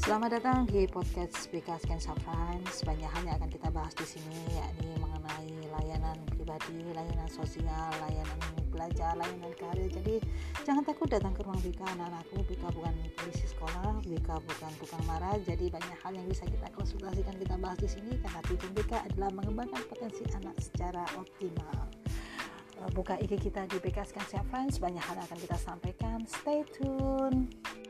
Selamat datang di podcast BK Scan Friends. Banyak hal yang akan kita bahas di sini, yakni mengenai layanan pribadi, layanan sosial, layanan belajar, layanan karir. Jadi jangan takut datang ke ruang BK. Anak-anakku, BK bukan polisi sekolah, BK bukan tukang marah. Jadi banyak hal yang bisa kita konsultasikan, kita bahas di sini, karena tujuan BK adalah mengembangkan potensi anak secara optimal. Buka IG kita di BK Scan Friends. Banyak hal yang akan kita sampaikan. Stay tune.